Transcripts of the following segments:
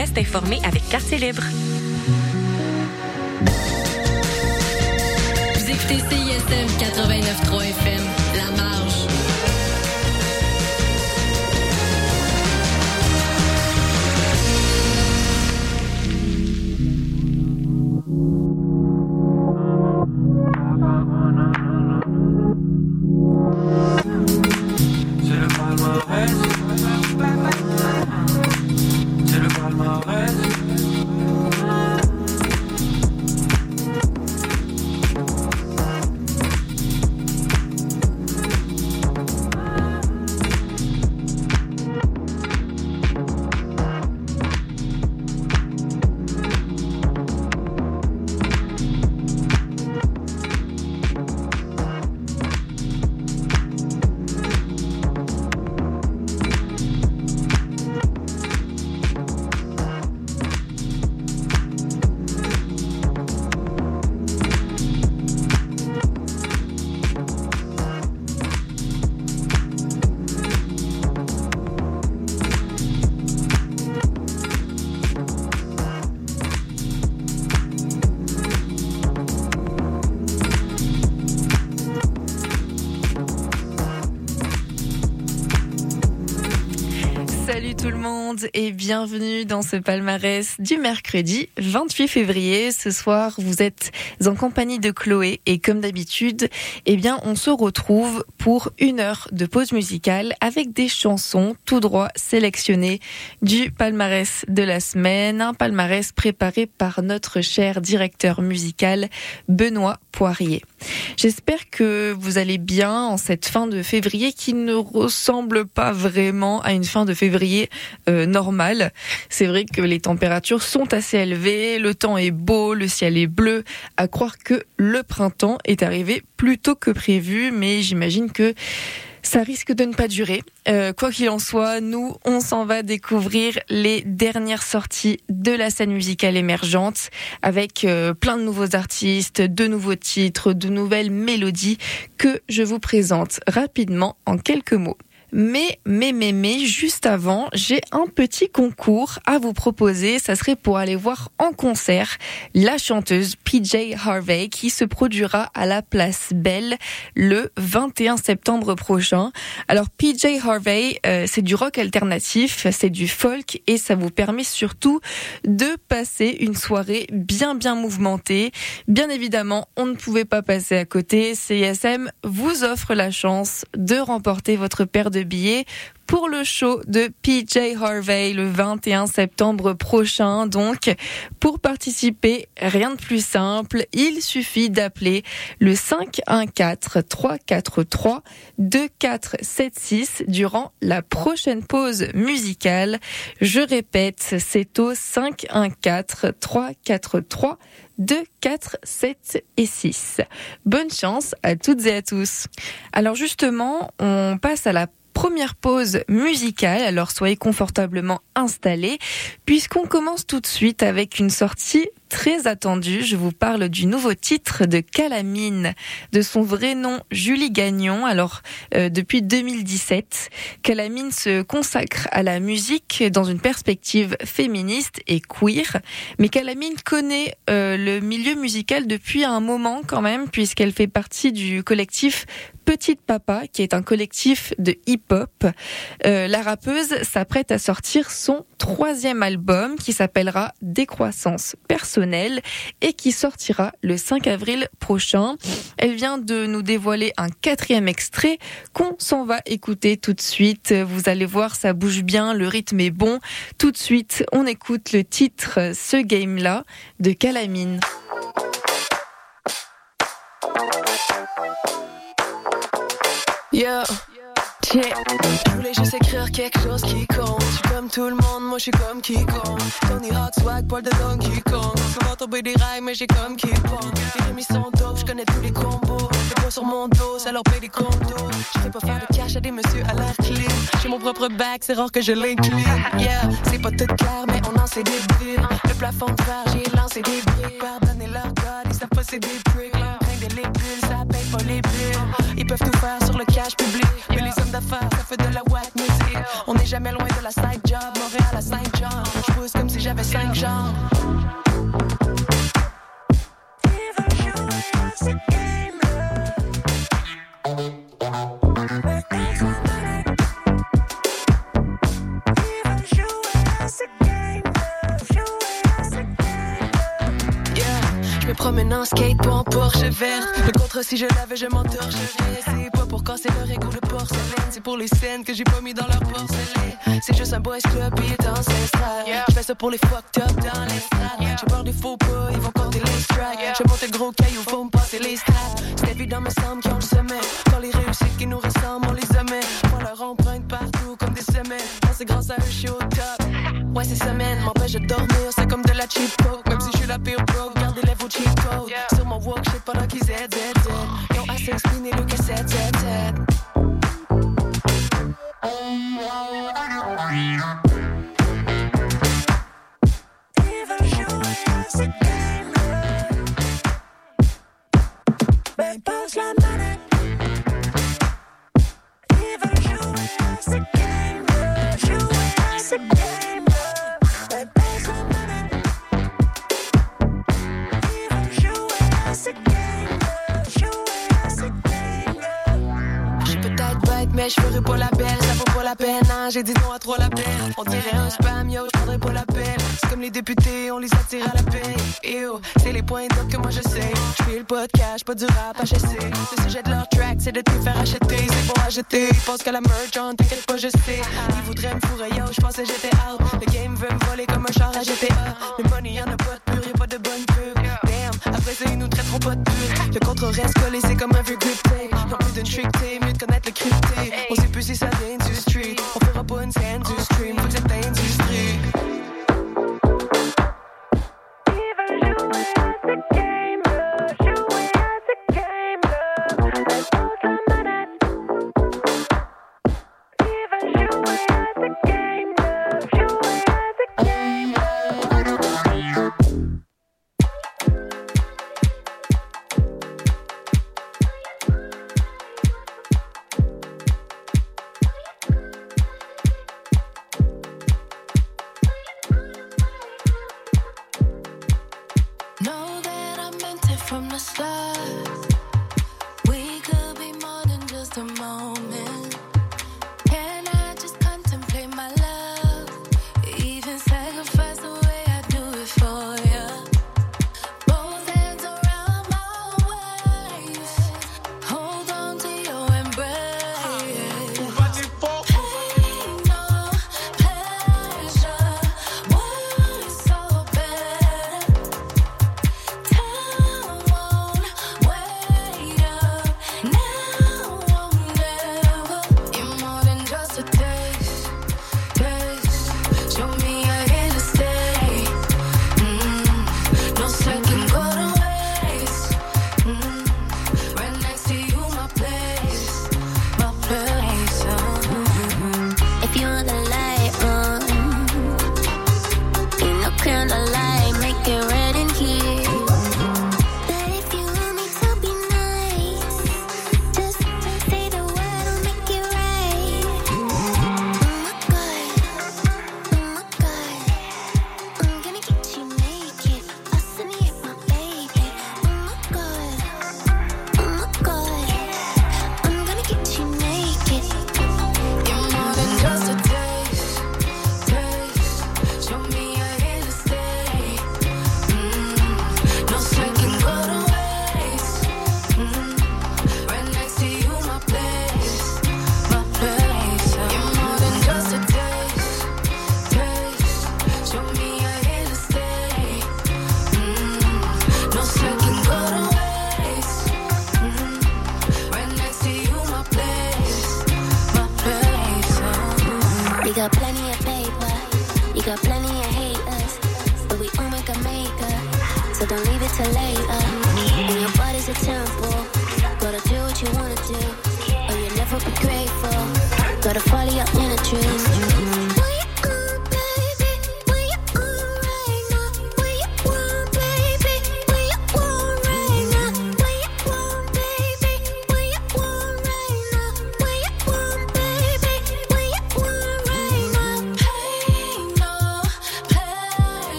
reste informé avec Quartier Libre. Vous écoutez CISM 89.3 FM, La Marge. Salut tout le monde et bienvenue dans ce palmarès du mercredi 28 février. Ce soir, vous êtes en compagnie de Chloé et comme d'habitude, on se retrouve pour 1 heure de pause musicale avec des chansons tout droit sélectionnées du palmarès de la semaine. Un palmarès préparé par notre cher directeur musical Benoît Poirier. J'espère que vous allez bien en cette fin de février qui ne ressemble pas vraiment à une fin de février normale. C'est vrai que les températures sont assez élevées, le temps est beau, le ciel est bleu, à croire que le printemps est arrivé plus tôt que prévu, mais j'imagine que ça risque de ne pas durer. Quoi qu'il en soit, nous, on s'en va découvrir les dernières sorties de la scène musicale émergente avec plein de nouveaux artistes, de nouveaux titres, de nouvelles mélodies que je vous présente rapidement en quelques mots. Mais, juste avant, j'ai un petit concours à vous proposer. Ça serait pour aller voir en concert la chanteuse PJ Harvey qui se produira à la Place Belle le 21 septembre prochain. Alors PJ Harvey, c'est du rock alternatif, c'est du folk et ça vous permet surtout de passer une soirée bien mouvementée. Bien évidemment, on ne pouvait pas passer à côté. CISM vous offre la chance de remporter votre paire de billets pour le show de PJ Harvey le 21 septembre prochain. Donc, pour participer, rien de plus simple, il suffit d'appeler le 514-343-2476 durant la prochaine pause musicale. Je répète, c'est au 514-343 2, 4, 7 et 6. Bonne chance à toutes et à tous. Alors justement, on passe à la première pause musicale, alors soyez confortablement installés, puisqu'on commence tout de suite avec une sortie très attendue. Je vous parle du nouveau titre de Calamine, de son vrai nom Julie Gagnon. Alors, depuis 2017, Calamine se consacre à la musique dans une perspective féministe et queer. Mais Calamine connaît le milieu musical depuis un moment quand même, puisqu'elle fait partie du collectif Petite Papa, qui est un collectif de hip-hop. La rappeuse s'apprête à sortir son 3e album qui s'appellera Décroissance personnelle et qui sortira le 5 avril prochain. Elle vient de nous dévoiler un 4e extrait qu'on s'en va écouter tout de suite. Vous allez voir, ça bouge bien, le rythme est bon. Tout de suite, on écoute le titre Ce Game-là de Calamine. Yo, check. Je voulais juste écrire quelque chose qui compte. Je suis comme tout le monde, moi je suis comme quiconque. Tony Hawk, swag, poil de Donkey Kong. On va tomber des rails, mais j'ai comme qui pong. Les remis sont dope, je connais tous les combos. Les poids sur mon dos, ça leur paye des condos. Je fais pas faire de cash à des messieurs à l'air clean. J'ai mon propre bac, c'est rare que je l'incline. Yeah, c'est pas tout clair, mais on en sait des bulles. Le plafond de verre, j'ai lancé des briques. Pardonnez leur code, ils savent pas c'est des pricks. Des les bulles, ça paye pas les bulles. Ils peuvent tout faire sur le cash public. Mais les hommes d'affaires, ça fait de la whack music. On n'est jamais loin de la side job, Montréal à Saint-Jean. Je pousse comme si j'avais j'avais 5 jambes. Promène en skate pour en Porsche verte. Le contre si je l'avais je m'entorcherais. C'est pas pour casser leur égo de porcelaine. C'est pour les scènes que j'ai pas mis dans leur porcelaine. C'est juste un boys club et est ancestral. Je fais ça pour les fucked up dans l'estrade. J'ai peur des faux pas, ils vont corder les strikes. Je monte le gros caillou, faut me passer les straps. C'est évident me semble qu'ils ont le sommet. Quand les réussites qui nous ressemblent, on les omet. On leur emprunte partout comme des semelles. Non, c'est grâce à eux, je suis au top. Ouais, ces semaines m'empêchent de dormir. C'est comme de la cheap coke. Même si je suis la pire broke, gardez les vos cheap codes. Sur mon walk, j'sais pas là qui ZZZ. Ils ont assez expliné le cassette ZZ. Ben pose la manette. Ils veulent jouer à ce game. Jouer à ce game. Ben pose la manette. Ils veulent jouer à ce game. Jouer à ce game. J'suis peut-être bête, mais j'ferai pas la belle. Ça vaut pas la peine, hein, j'ai dit non à trop la peine. On dirait un spam, yo, j'prendrai pas la peine. C'est comme les députés, on les attire à la paix. Yo, c'est les points d'ordre que moi je sais. J'fais le podcast, pas du rap HSC. Le sujet de leur track, c'est de te faire acheter. C'est bon à jeter, ils pensent qu'à la merch, on t'inquiète pas, je sais. Ils voudraient me fourrer, yo, j'pensais j'étais out. Le game veut me voler comme un char à GTA. Le money, y'en a pas de pur, y'a pas de bonne pub. Damn, après ça, ils nous traiteront pas de pur. Le contre reste collé, c'est comme un vieux grip tape. Non plus d'une trick tape, mieux de connaître le crypté. On sait plus si ça vient du street. On fera pas une scène du stream, faut que cette industrie.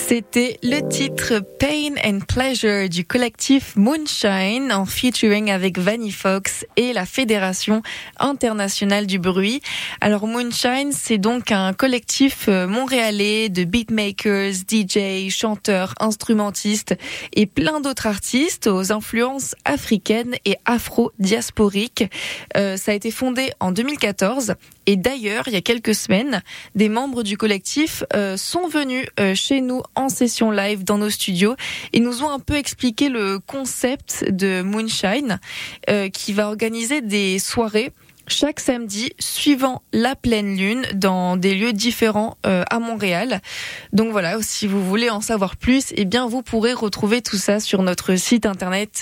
C'était le titre Pain and Pleasure du collectif Moonshine en featuring avec Vanny Fox et la Fédération internationale du bruit. Alors Moonshine, c'est donc un collectif montréalais de beatmakers, DJ, chanteurs, instrumentistes et plein d'autres artistes aux influences africaines et afro-diasporiques. Ça a été fondé en 2014 et d'ailleurs, il y a quelques semaines, des membres du collectif sont venus chez nous en session live dans nos studios et nous ont un peu expliqué le concept de Moonshine qui va organiser des soirées chaque samedi suivant la pleine lune dans des lieux différents à Montréal. Donc voilà, si vous voulez en savoir plus, eh bien vous pourrez retrouver tout ça sur notre site internet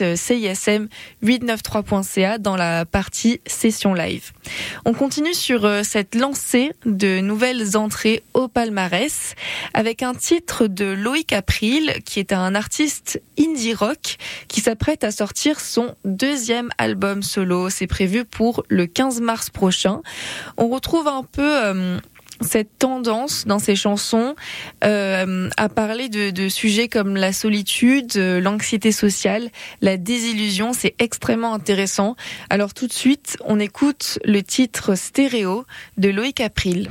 cism893.ca dans la partie session live. On continue sur cette lancée de nouvelles entrées au palmarès avec un titre de Loïc April qui est un artiste indie rock qui s'apprête à sortir son deuxième album solo. C'est prévu pour le 15 mars prochain. On retrouve un peu cette tendance dans ses chansons à parler de sujets comme la solitude, l'anxiété sociale, la désillusion. C'est extrêmement intéressant. Alors tout de suite, on écoute le titre Stéréo de Loïc April.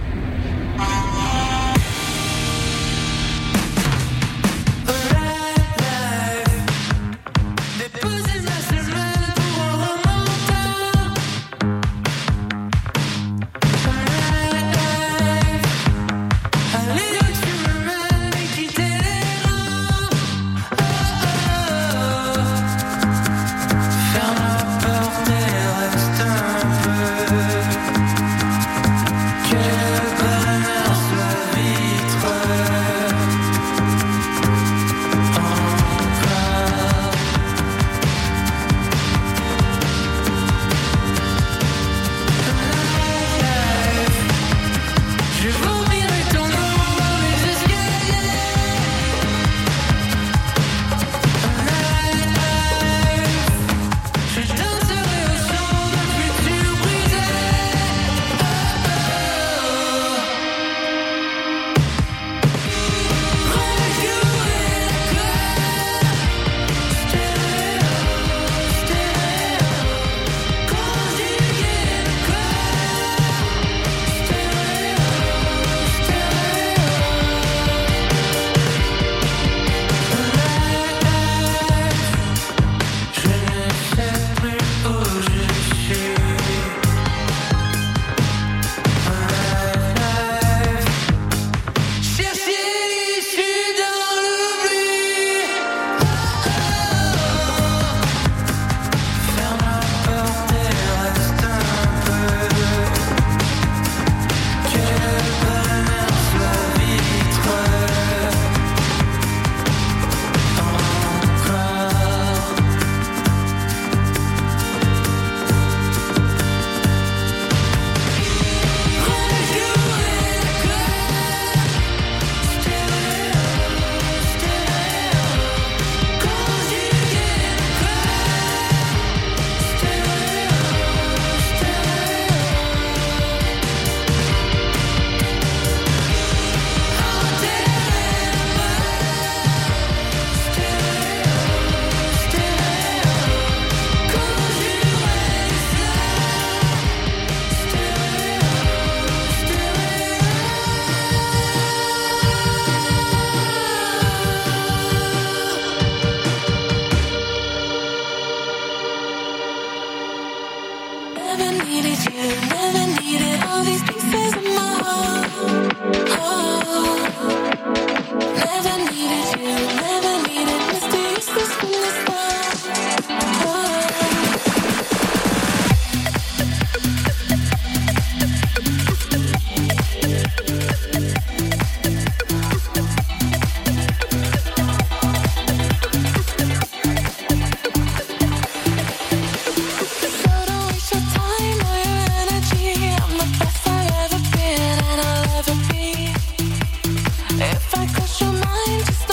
If I cross your mind, just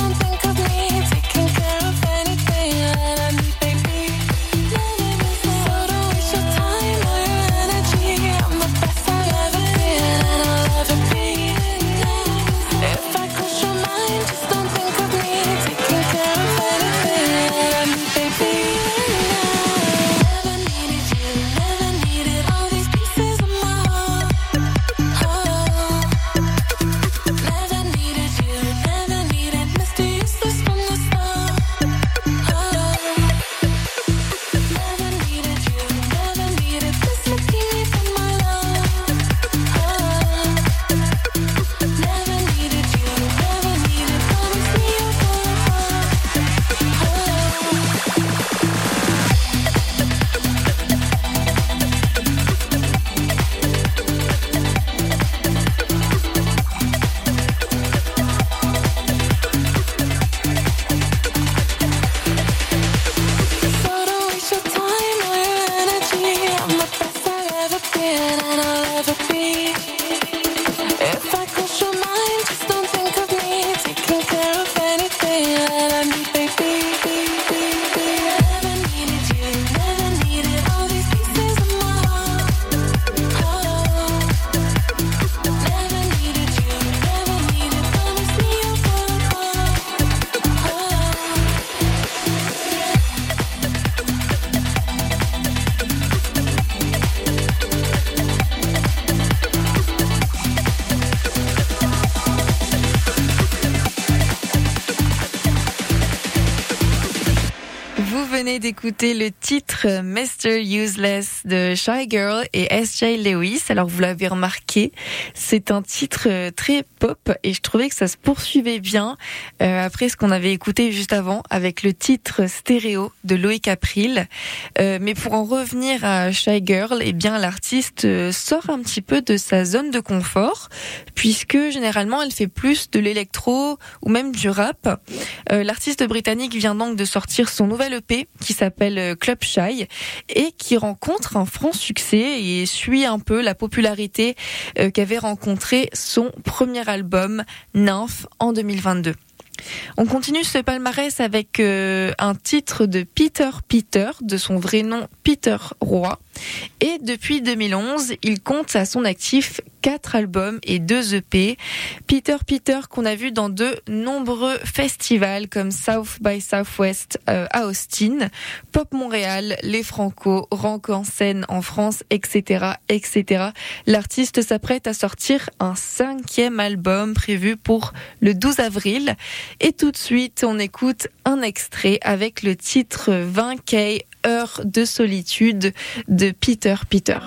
venez d'écouter le titre Mr. Useless de Shy Girl et S.J. Lewis. Alors vous l'avez remarqué, c'est un titre très pop et je trouvais que ça se poursuivait bien après ce qu'on avait écouté juste avant avec le titre Stéréo de Loïc April. Mais pour en revenir à Shy Girl, eh bien l'artiste sort un petit peu de sa zone de confort puisque généralement elle fait plus de l'électro ou même du rap. L'artiste britannique vient donc de sortir son nouvel EP qui s'appelle Club Shy et qui rencontre un franc succès et suit un peu la popularité qu'avait rencontré son premier album Nymph en 2022. On continue ce palmarès avec un titre de Peter Peter, de son vrai nom Peter Roy. Et depuis 2011, il compte à son actif 4 albums et 2 EP. Peter Peter qu'on a vu dans de nombreux festivals comme South by Southwest à Austin, Pop Montréal, Les Franco, Rock en scène en France, etc., etc. L'artiste s'apprête à sortir un 5e album prévu pour le 12 avril. Et tout de suite, on écoute un extrait avec le titre 20K Heures de solitude de Peter Peter.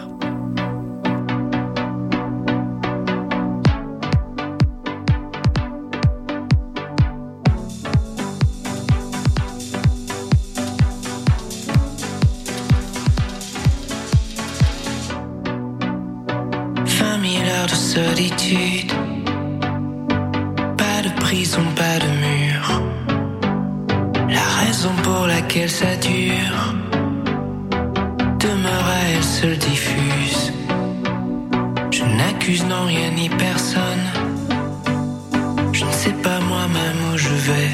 Heures de solitude, pas de prison, pas de mur. La raison pour laquelle ça dure demeure à elle seule diffuse. Je n'accuse non rien ni personne. Je ne sais pas moi-même où je vais.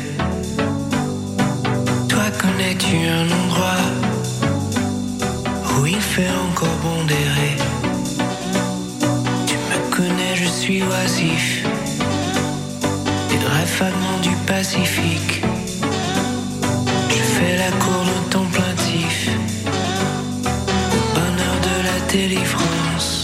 Toi connais-tu un endroit où il fait encore bon d'errer? Je suis oisif, et rêve vaguement du Pacifique. Je fais la cour d'un ton plaintif, au bonheur de la délivrance.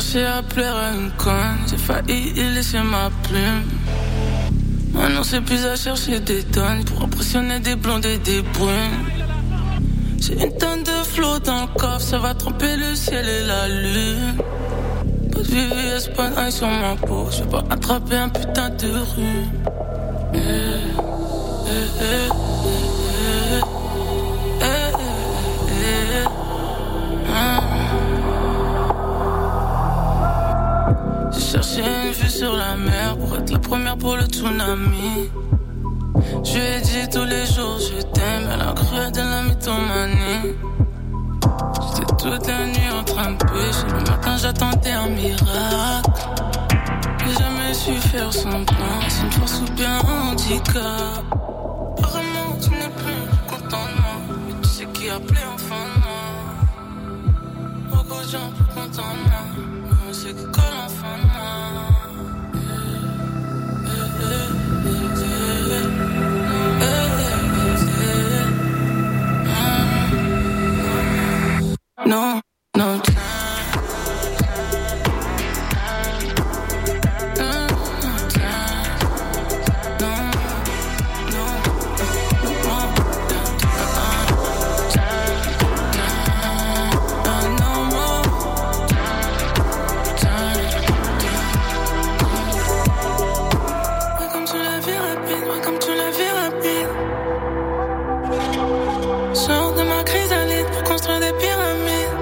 cherché à plaire à une conne, j'ai failli y laisser ma plume. Maintenant c'est plus à chercher des tonnes pour impressionner des blondes et des brunes. J'ai une tonne de flots dans le coffre, ça va tromper le ciel et la lune. Pas de VVS, pas d'ail sur ma peau, je vais pas attraper un putain de rhume. J'ai cherché une vue sur la mer pour être la première pour le tsunami. Je lui ai dit tous les jours je t'aime, elle a cru de la mythomanie. J'étais toute la nuit en train de pêcher, le matin j'attendais un miracle. J'ai jamais su faire son plan, c'est une force ou bien un handicap. Apparemment tu n'es plus content de moi, mais tu sais qui a appelé enfin de moi. Beaucoup de gens plus contents de moi, mais on sait qui colle enfin de moi. No, no time. Sors de ma chrysalide pour construire des pyramides.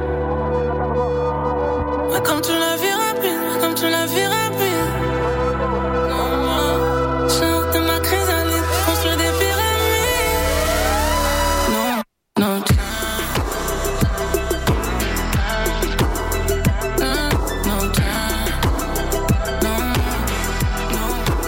Comme tu la vis rapide, comme tu la vis rapide. Sors de ma chrysalide pour construire des pyramides. No, no time. No time. No, no,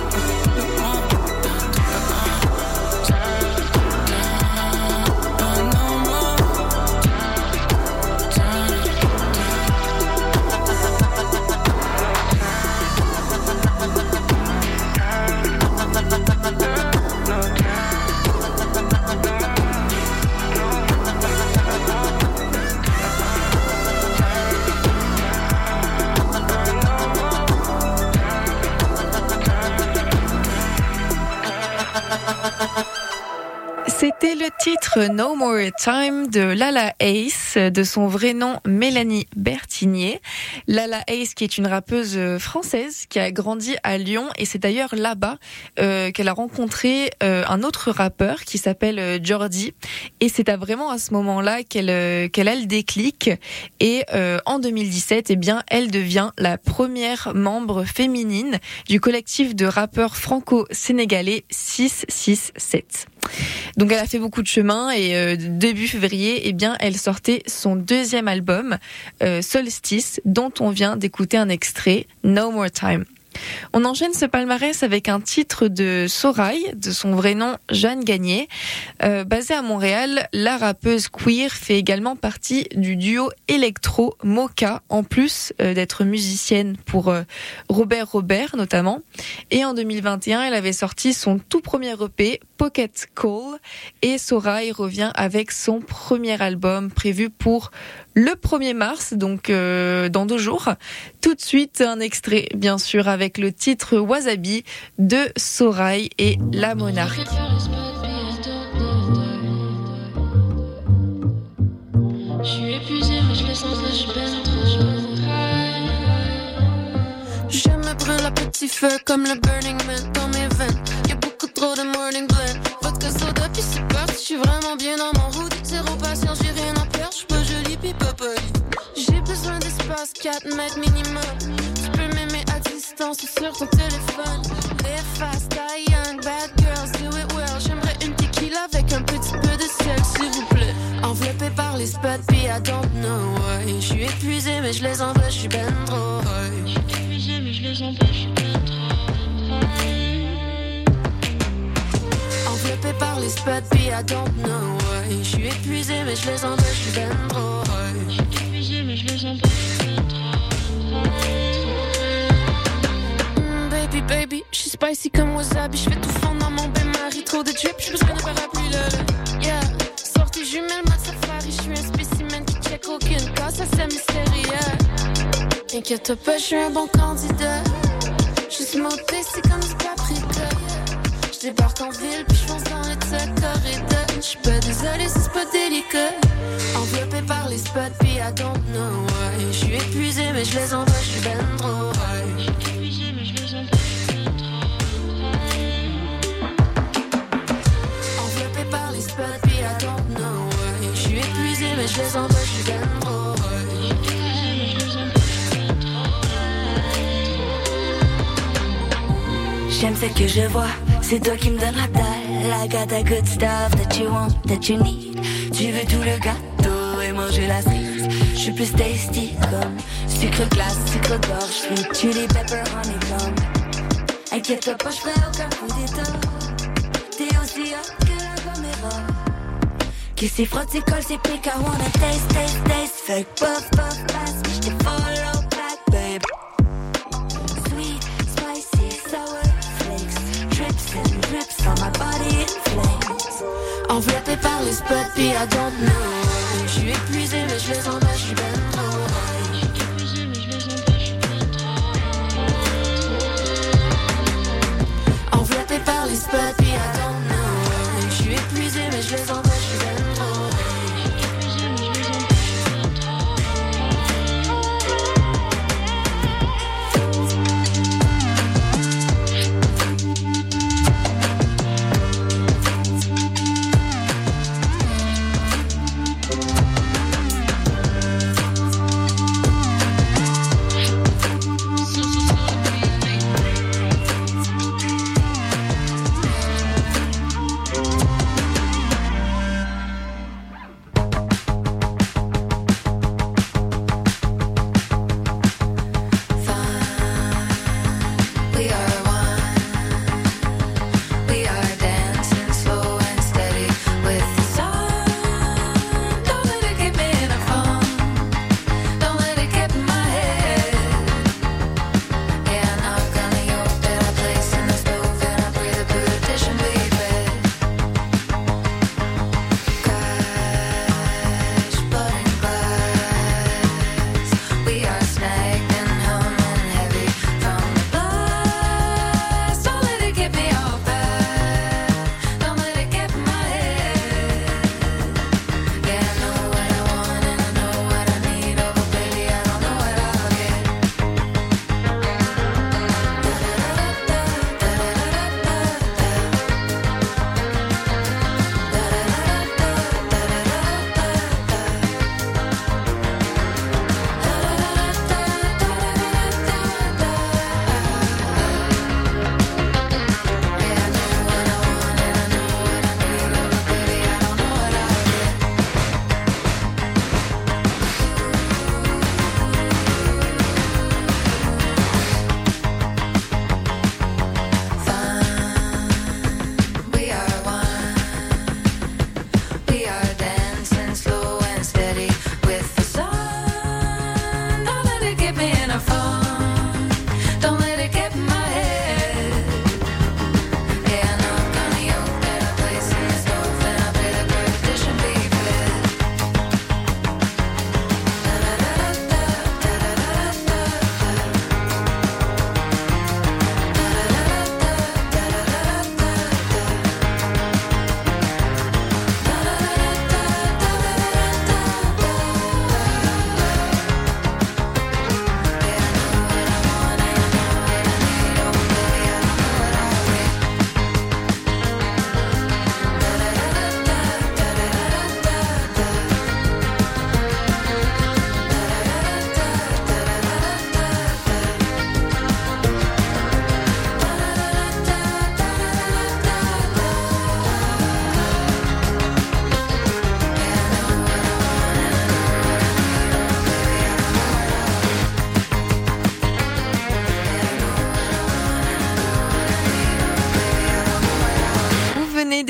C'était le titre No More Time de Lala Ace, de son vrai nom Mélanie Bertignier. Lala Ace qui est une rappeuse française qui a grandi à Lyon, et c'est d'ailleurs là-bas qu'elle a rencontré un autre rappeur qui s'appelle Jordi, et c'est vraiment à ce moment-là qu'elle a le déclic, et en 2017 eh bien elle devient la première membre féminine du collectif de rappeurs franco-sénégalais 667. Donc elle a fait beaucoup de chemin, et début février, eh bien elle sortait son deuxième album, Solstice, dont on vient d'écouter un extrait, No More Time. On enchaîne ce palmarès avec un titre de Sorail, de son vrai nom Jeanne Gagné. Basée à Montréal, la rappeuse queer fait également partie du duo électro Mocha, en plus d'être musicienne pour Robert notamment. Et en 2021, elle avait sorti son tout premier EP, Pocket Call, et Sorail revient avec son premier album prévu pour le 1er mars, donc dans 2 jours. Tout de suite, un extrait, bien sûr, avec le titre Wasabi de Sorail et La Monarque. Je suis épuisée, mais je le sens, je suis bien trop. Je me brûle à petit feu comme le Burning Man dans mes veines. Y'a beaucoup trop de morning blend. Vodka soda, puis c'est parti, je suis vraiment bien dans mon hood. Zéro patience, j'ai rien à perdre, j'suis pas jolie, pis pas poli. J'ai besoin d'espace, 4 mètres minimum. Tu peux m'aimer à distance ou sur ton téléphone. Live fast, die young, bad girls, do it well. J'aimerais une tequila avec un petit peu de sel, s'il vous plaît. Enveloppé par les spots, puis I don't know why. J'suis épuisé, mais je les empêche, j'suis ben trop high. J'suis épuisé, mais je les empêche, j'suis ben trop high. Enveloppé par les spots, puis I don't know why. J'suis épuisé, mais je les empêche, j'suis ben trop high. J'suis épuisé, mais je les empêche, j'suis ben trop high. Baby, j'suis spicy comme wasabi. J'fais tout fondre dans mon bain-marie. Trop de drip, j'suis besoin de parapluie, là. Yeah. Sortie jumelle, mode safari. J'suis un spécimen qui check aucune cas, ça c'est mystérieux. T'inquiète pas, je suis un bon candidat. J'suis monté, c'est comme du paprika. J'débarque en ville, puis j'fonce dans les corridors. J'suis pas désolée, c'est pas délicat. Enveloppé par les spots, puis I don't know why. J'suis épuisé, mais j'les envoie, j'suis ben trop high. Enveloppé par les spots, puis I don't know why. J'suis épuisé, mais j'les envoie, j'suis ben trop high. J'aime ce que je vois, c'est toi qui me donne la dalle. I got that good stuff that you want, that you need. Tu veux tout le gâteau et manger la cerise. J'suis plus tasty comme sucre glace, sucre d'orge, sweet chili pepper honeycomb. Inquiète-toi pas, j'ferai aucun coup d'état. T'es aussi hot que la caméra. Qui s'y frotte, s'y colle, s'y pique. I wanna taste, taste, taste. Fait que puff, puff, pass, j't'ai follow back, babe. Sweet, spicy, sour flakes. Drips and drips on my body in flames. Enveloppé par les spots, puis I don't know. J'suis épuisé, mais j'les envoie, j'suis ben trop high. Enveloppé par les spots, puis I don't know. J'suis épuisé, mais j'les envoie, j'suis ben trop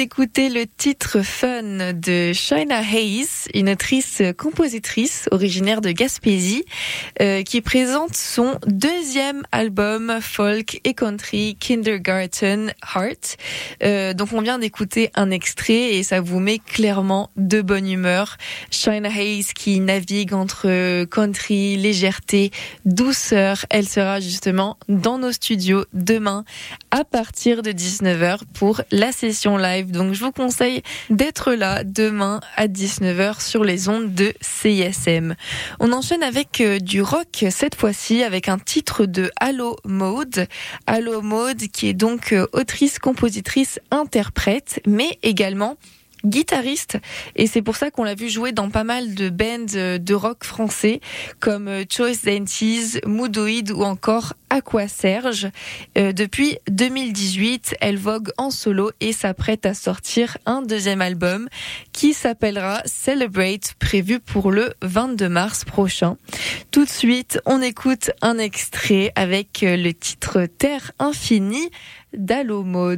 d'écouter le titre Fun de China Hayes, une autrice-compositrice originaire de Gaspésie, qui présente son deuxième album folk et country, Kindergarten Heart. Donc on vient d'écouter un extrait et ça vous met clairement de bonne humeur. China Hayes qui navigue entre country, légèreté, douceur. Elle sera justement dans nos studios demain à partir de 19h pour la session live. Donc je vous conseille d'être là demain à 19h sur les ondes de CISM. On enchaîne avec du rock cette fois-ci avec un titre de Allo Mode. Allo Mode qui est donc autrice, compositrice, interprète mais également guitariste, et c'est pour ça qu'on l'a vu jouer dans pas mal de bands de rock français comme Choice Dainties, Moodoid ou encore Aqua Serge. Depuis 2018, elle vogue en solo et s'apprête à sortir un deuxième album qui s'appellera Celebrate, prévu pour le 22 mars prochain. Tout de suite, on écoute un extrait avec le titre Terre Infinie d'Allo Mode.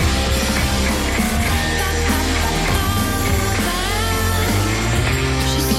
Je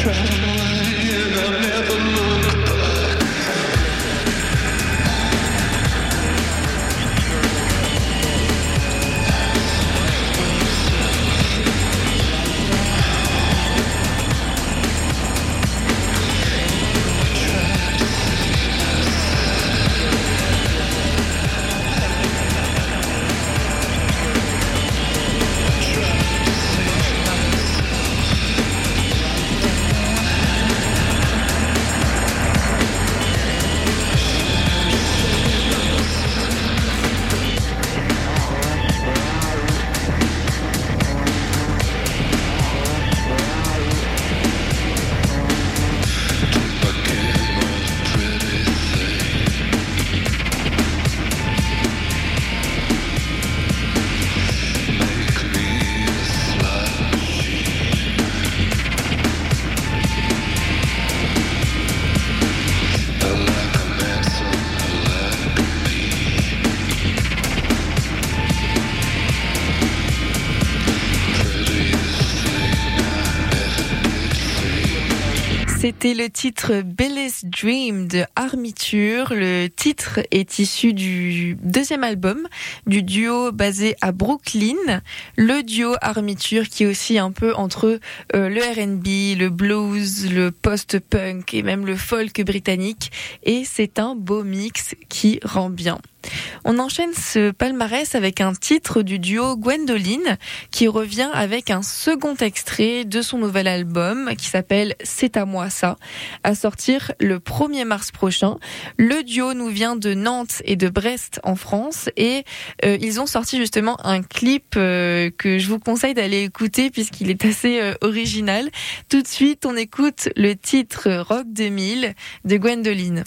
C'était le titre Belle's Dream de Armiture. Le titre est issu du deuxième album du duo basé à Brooklyn. Le duo Armiture qui est aussi un peu entre le R&B, le blues, le post-punk et même le folk britannique. Et c'est un beau mix qui rend bien. On enchaîne ce palmarès avec un titre du duo Gwendoline qui revient avec un second extrait de son nouvel album qui s'appelle C'est à moi ça, à sortir le 1er mars prochain. Le duo nous vient de Nantes et de Brest en France et ils ont sorti justement un clip que je vous conseille d'aller écouter puisqu'il est assez original. Tout de suite, on écoute le titre Rock 2000 de Gwendoline.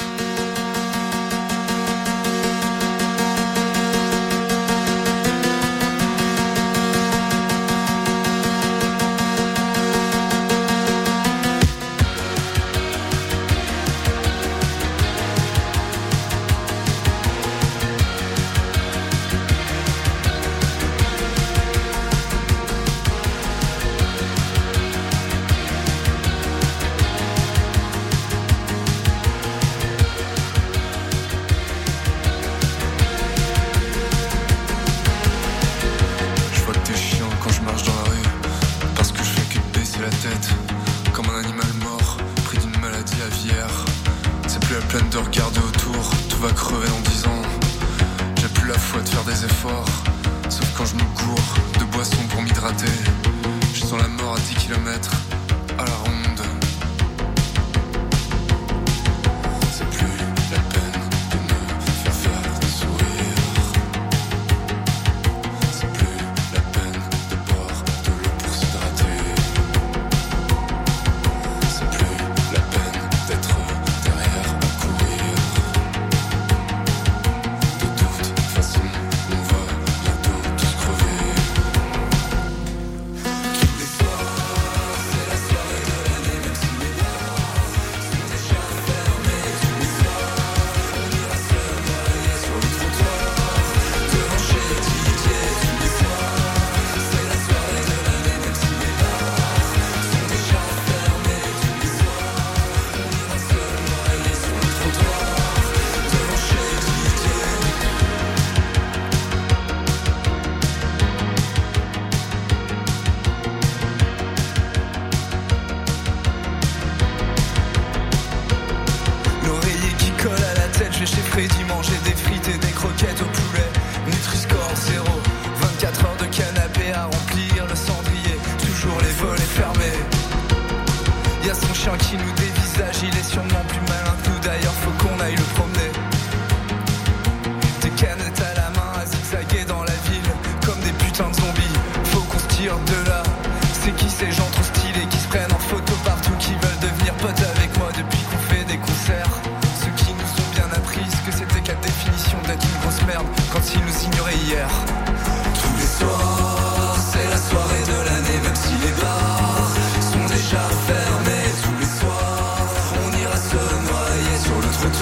Sur le trottoir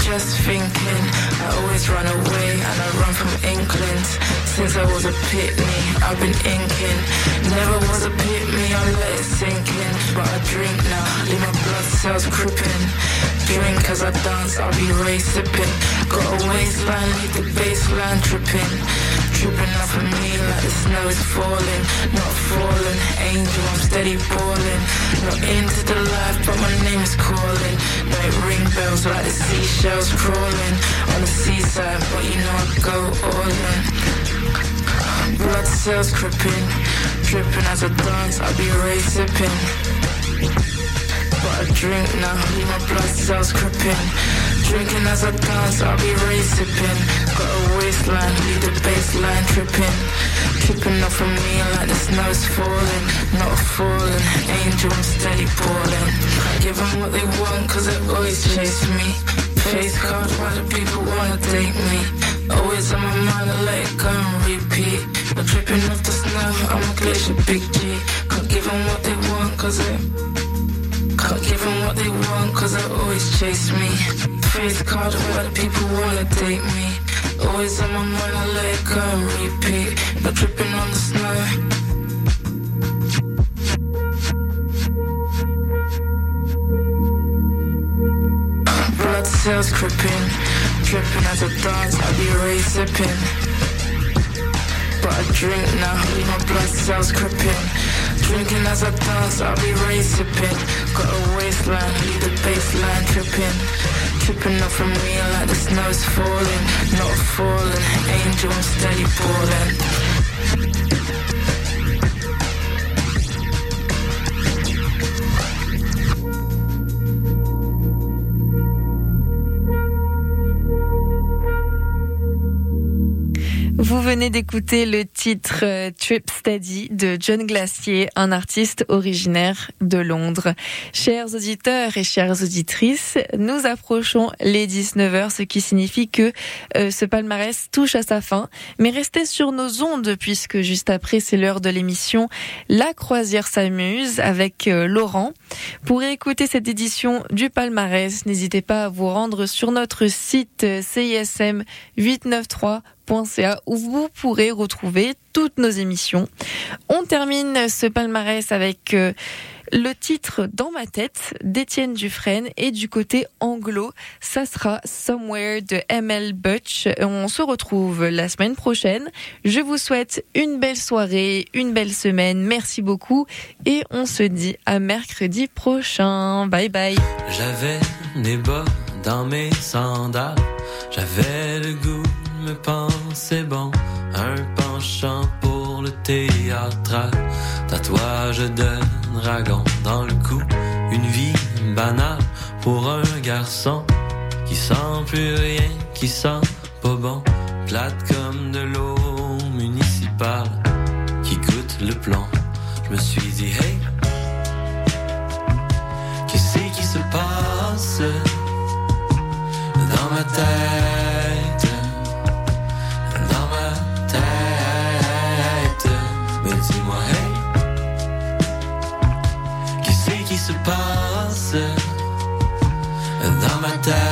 just thinking. I always run away and I run from inklings. Since I was a pitney, I've been inking. Never was a pitney, I let it sink in. But I drink now, leave my blood cells crippin'. Drink as I dance, I'll be race sipping. Got a waistline, leave the baseline tripping. Tripping up for me like the snow is falling. Not falling, angel, I'm steady balling. Not into the life, but my name is calling. No, it ring bells like the seashells crawling on the seaside, but you know I go all in. Blood cells crippin', dripping as I dance, I'll be race sipping. But I drink now, leave my blood cells crippin'. Drinking as I dance, I'll be race sipping. Got a waistline, leave the baseline tripping. Tripping up from me like the snow's falling. Not falling, angel, I'm steady balling. I give them what they want, cause they always chase me. Face card, why do people wanna take me? Always on my mind, I let it go and repeat. I'm tripping off the snow, I'm a glacier, big G. Can't give them what they want, cause they... Can't give them what they want, cause they always chase me. Face card, why do people wanna date me? Always on my mind, I let it go and repeat. Not tripping on the snow. Blood cells crippin', dripping as I dance, I'll be race sipping. But I drink now, leave my blood cells crippin'. Drinking as I dance, I'll be race sipping. Got a waistline, leave the baseline tripping. Tripping up from me like the snow's falling. Not falling, angel, I'm steady balling. Vous venez d'écouter le titre Trip Steady de John Glacier, un artiste originaire de Londres. Chers auditeurs et chères auditrices, nous approchons les 19h, ce qui signifie que ce palmarès touche à sa fin. Mais restez sur nos ondes puisque juste après, c'est l'heure de l'émission La Croisière s'amuse avec Laurent. Pour écouter cette édition du palmarès, n'hésitez pas à vous rendre sur notre site CISM893.ca où vous pourrez retrouver toutes nos émissions. On termine ce palmarès avec le titre Dans ma tête d'Étienne Dufresne et du côté anglo, ça sera Somewhere de ML Butch. On se retrouve la semaine prochaine. Je vous souhaite une belle soirée, une belle semaine. Merci beaucoup et on se dit à mercredi prochain. Bye bye. J'avais des bas dans mes sandales. J'avais le goût me pensais bon, un penchant pour le théâtral, tatouage de dragon dans le cou, une vie banale pour un garçon qui sent plus rien, qui sent pas bon, plate comme de l'eau municipale qui goûte le plomb. Je me suis dit hey, qu'est-ce qui se passe dans ma tête? Dis-moi, hey, qu'est-ce qui se passe dans ma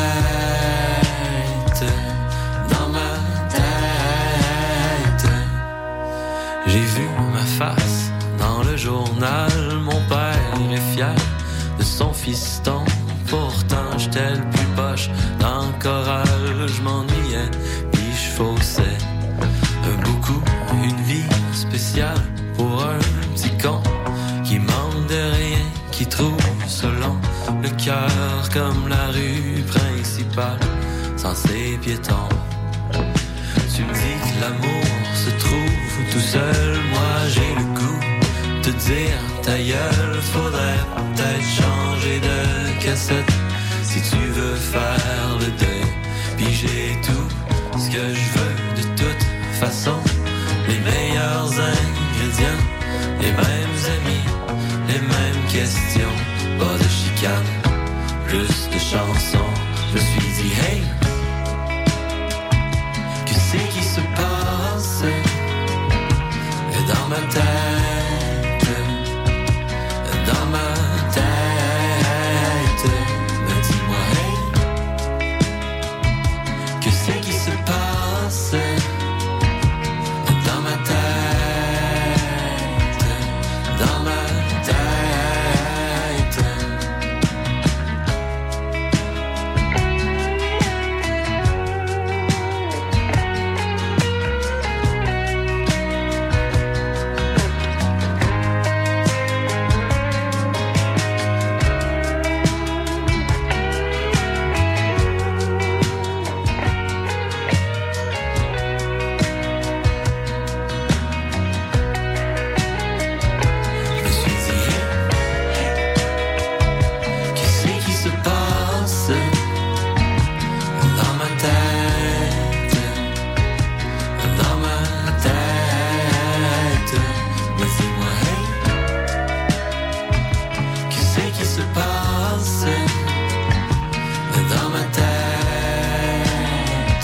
tête, dans ma tête? J'ai vu ma face dans le journal, mon père est fier de son fiston. Pourtant j'étais le plus poche dans le choral, je m'ennuyais, puis je faussais beaucoup, une vie spéciale pour un petit con qui manque de rien, qui trouve selon le cœur comme la rue principale sans ses piétons. Tu me dis que l'amour se trouve tout seul, moi j'ai le goût de te dire ta gueule, faudrait peut-être changer de cassette si tu veux faire le deuil. Puis j'ai tout ce que je veux de toute façon, les meilleurs ingrédients, les mêmes amis, les mêmes questions, pas de chicane, plus de chansons. Je me suis dit hey, qu'est-ce qui se passe dans ma tête, dans ma tête? Mais dis-moi hey,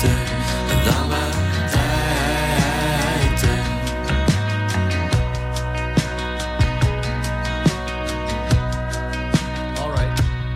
dans ma tête. All right.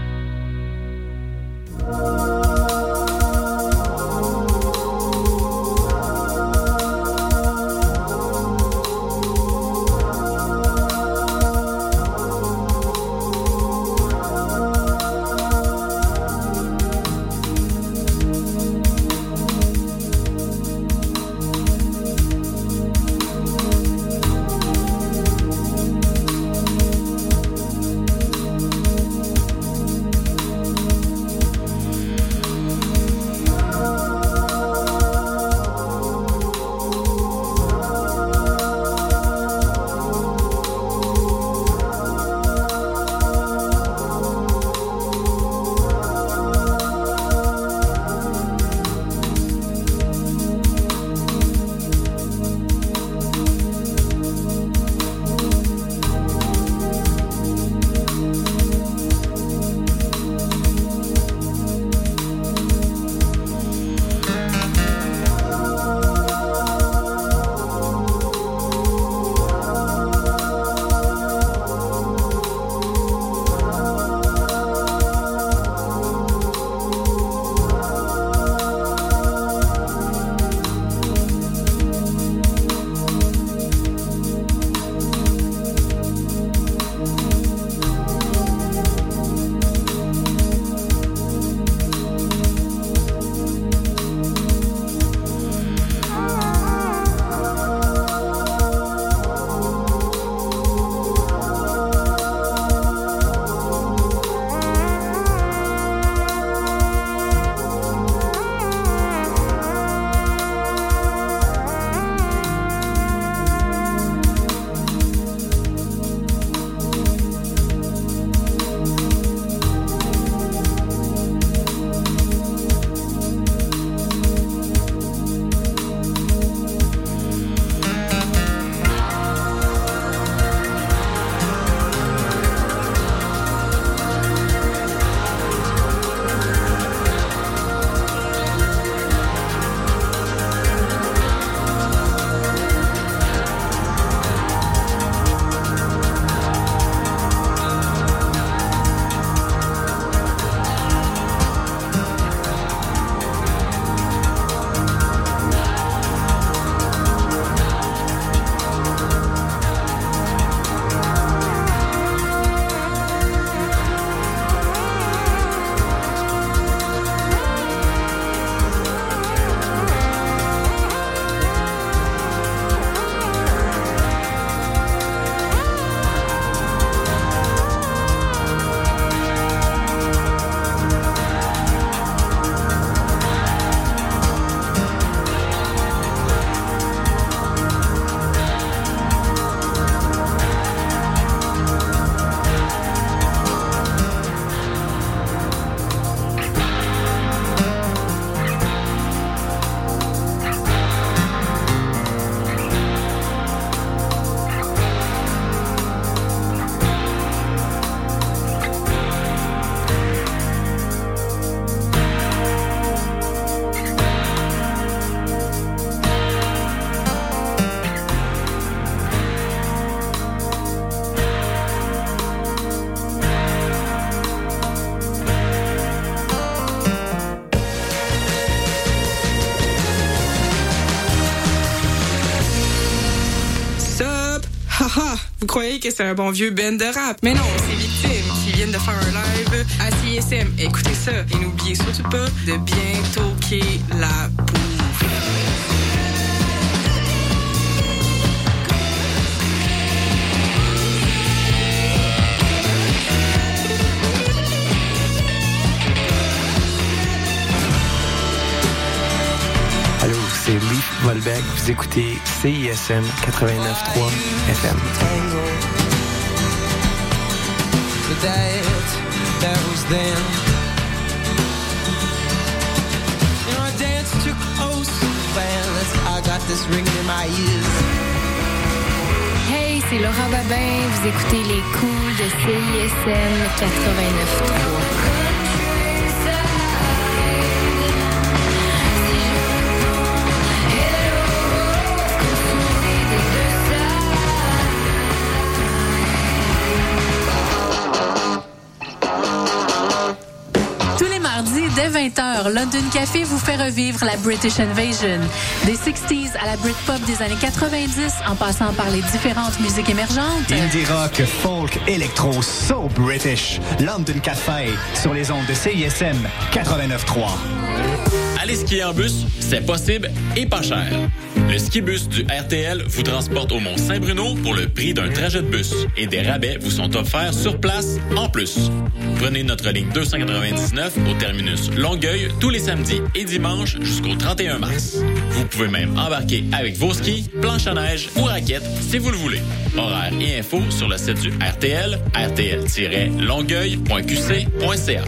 Vous croyez que c'est un bon vieux band de rap, mais non, c'est Victime qui viennent de faire un live à CISM. Écoutez ça et n'oubliez surtout pas de bien toquer la bouffe. Allô, c'est Lee Volbeck. Vous écoutez CISM 89.3 FM. Hey, c'est Laura Babin. Vous écoutez les cools de CISM 89.3. 20h, London Café vous fait revivre la British Invasion. Des 60s à la Britpop des années 90, en passant par les différentes musiques émergentes. Indie rock, folk, électro, so British. London Café, sur les ondes de CISM 89.3. Aller skier en bus, c'est possible et pas cher. Le skibus du RTL vous transporte au Mont-Saint-Bruno pour le prix d'un trajet de bus et des rabais vous sont offerts sur place en plus. Prenez notre ligne 299 au terminus Longueuil tous les samedis et dimanches jusqu'au 31 mars. Vous pouvez même embarquer avec vos skis, planches à neige ou raquettes si vous le voulez. Horaires et infos sur le site du RTL, rtl-longueuil.qc.ca.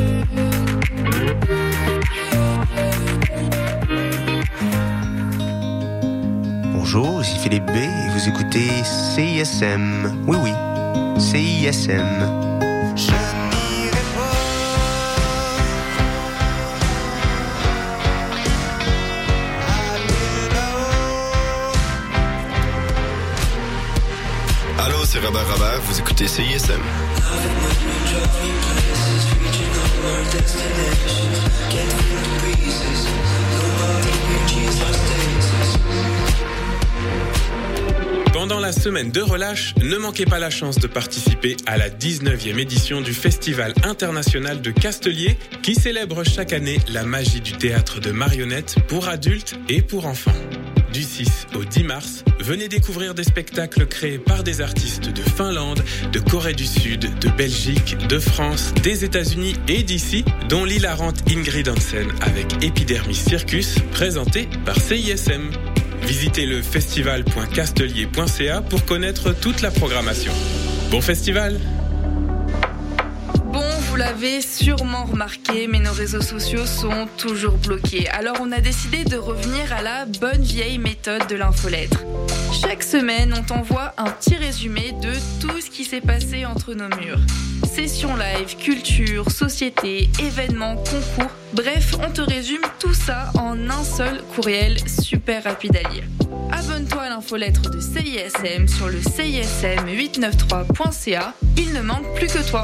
Bonjour, ici Philippe B. et vous écoutez CISM. Oui, oui, CISM. Je n'irai pas. Allô, c'est Robert, vous écoutez CISM. Pendant la semaine de relâche, ne manquez pas la chance de participer à la 19e édition du Festival international de Castelier qui célèbre chaque année la magie du théâtre de marionnettes pour adultes et pour enfants. Du 6 au 10 mars, venez découvrir des spectacles créés par des artistes de Finlande, de Corée du Sud, de Belgique, de France, des États-Unis et d'ici, dont l'hilarante Ingrid Hansen avec Epidermis Circus, présenté par CISM. Visitez le festival.castelier.ca pour connaître toute la programmation. Bon festival! Bon, vous l'avez sûrement remarqué, mais nos réseaux sociaux sont toujours bloqués. Alors on a décidé de revenir à la bonne vieille méthode de l'infolettre. Chaque semaine, on t'envoie un petit résumé de tout ce qui s'est passé entre nos murs. Sessions live, culture, société, événements, concours. Bref, on te résume tout ça en un seul courriel super rapide à lire. Abonne-toi à l'infolettre de CISM sur le CISM893.ca. Il ne manque plus que toi.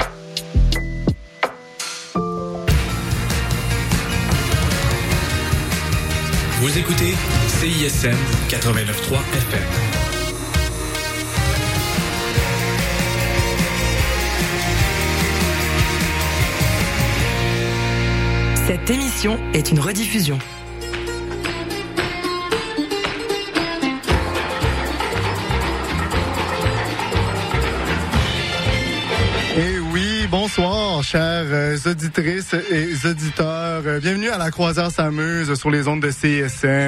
Vous écoutez CISM 89.3 FM. Cette émission est une rediffusion. Eh oui, bonsoir, chères auditrices et auditeurs. Bienvenue à la Croisière s'amuse sur les ondes de CISM.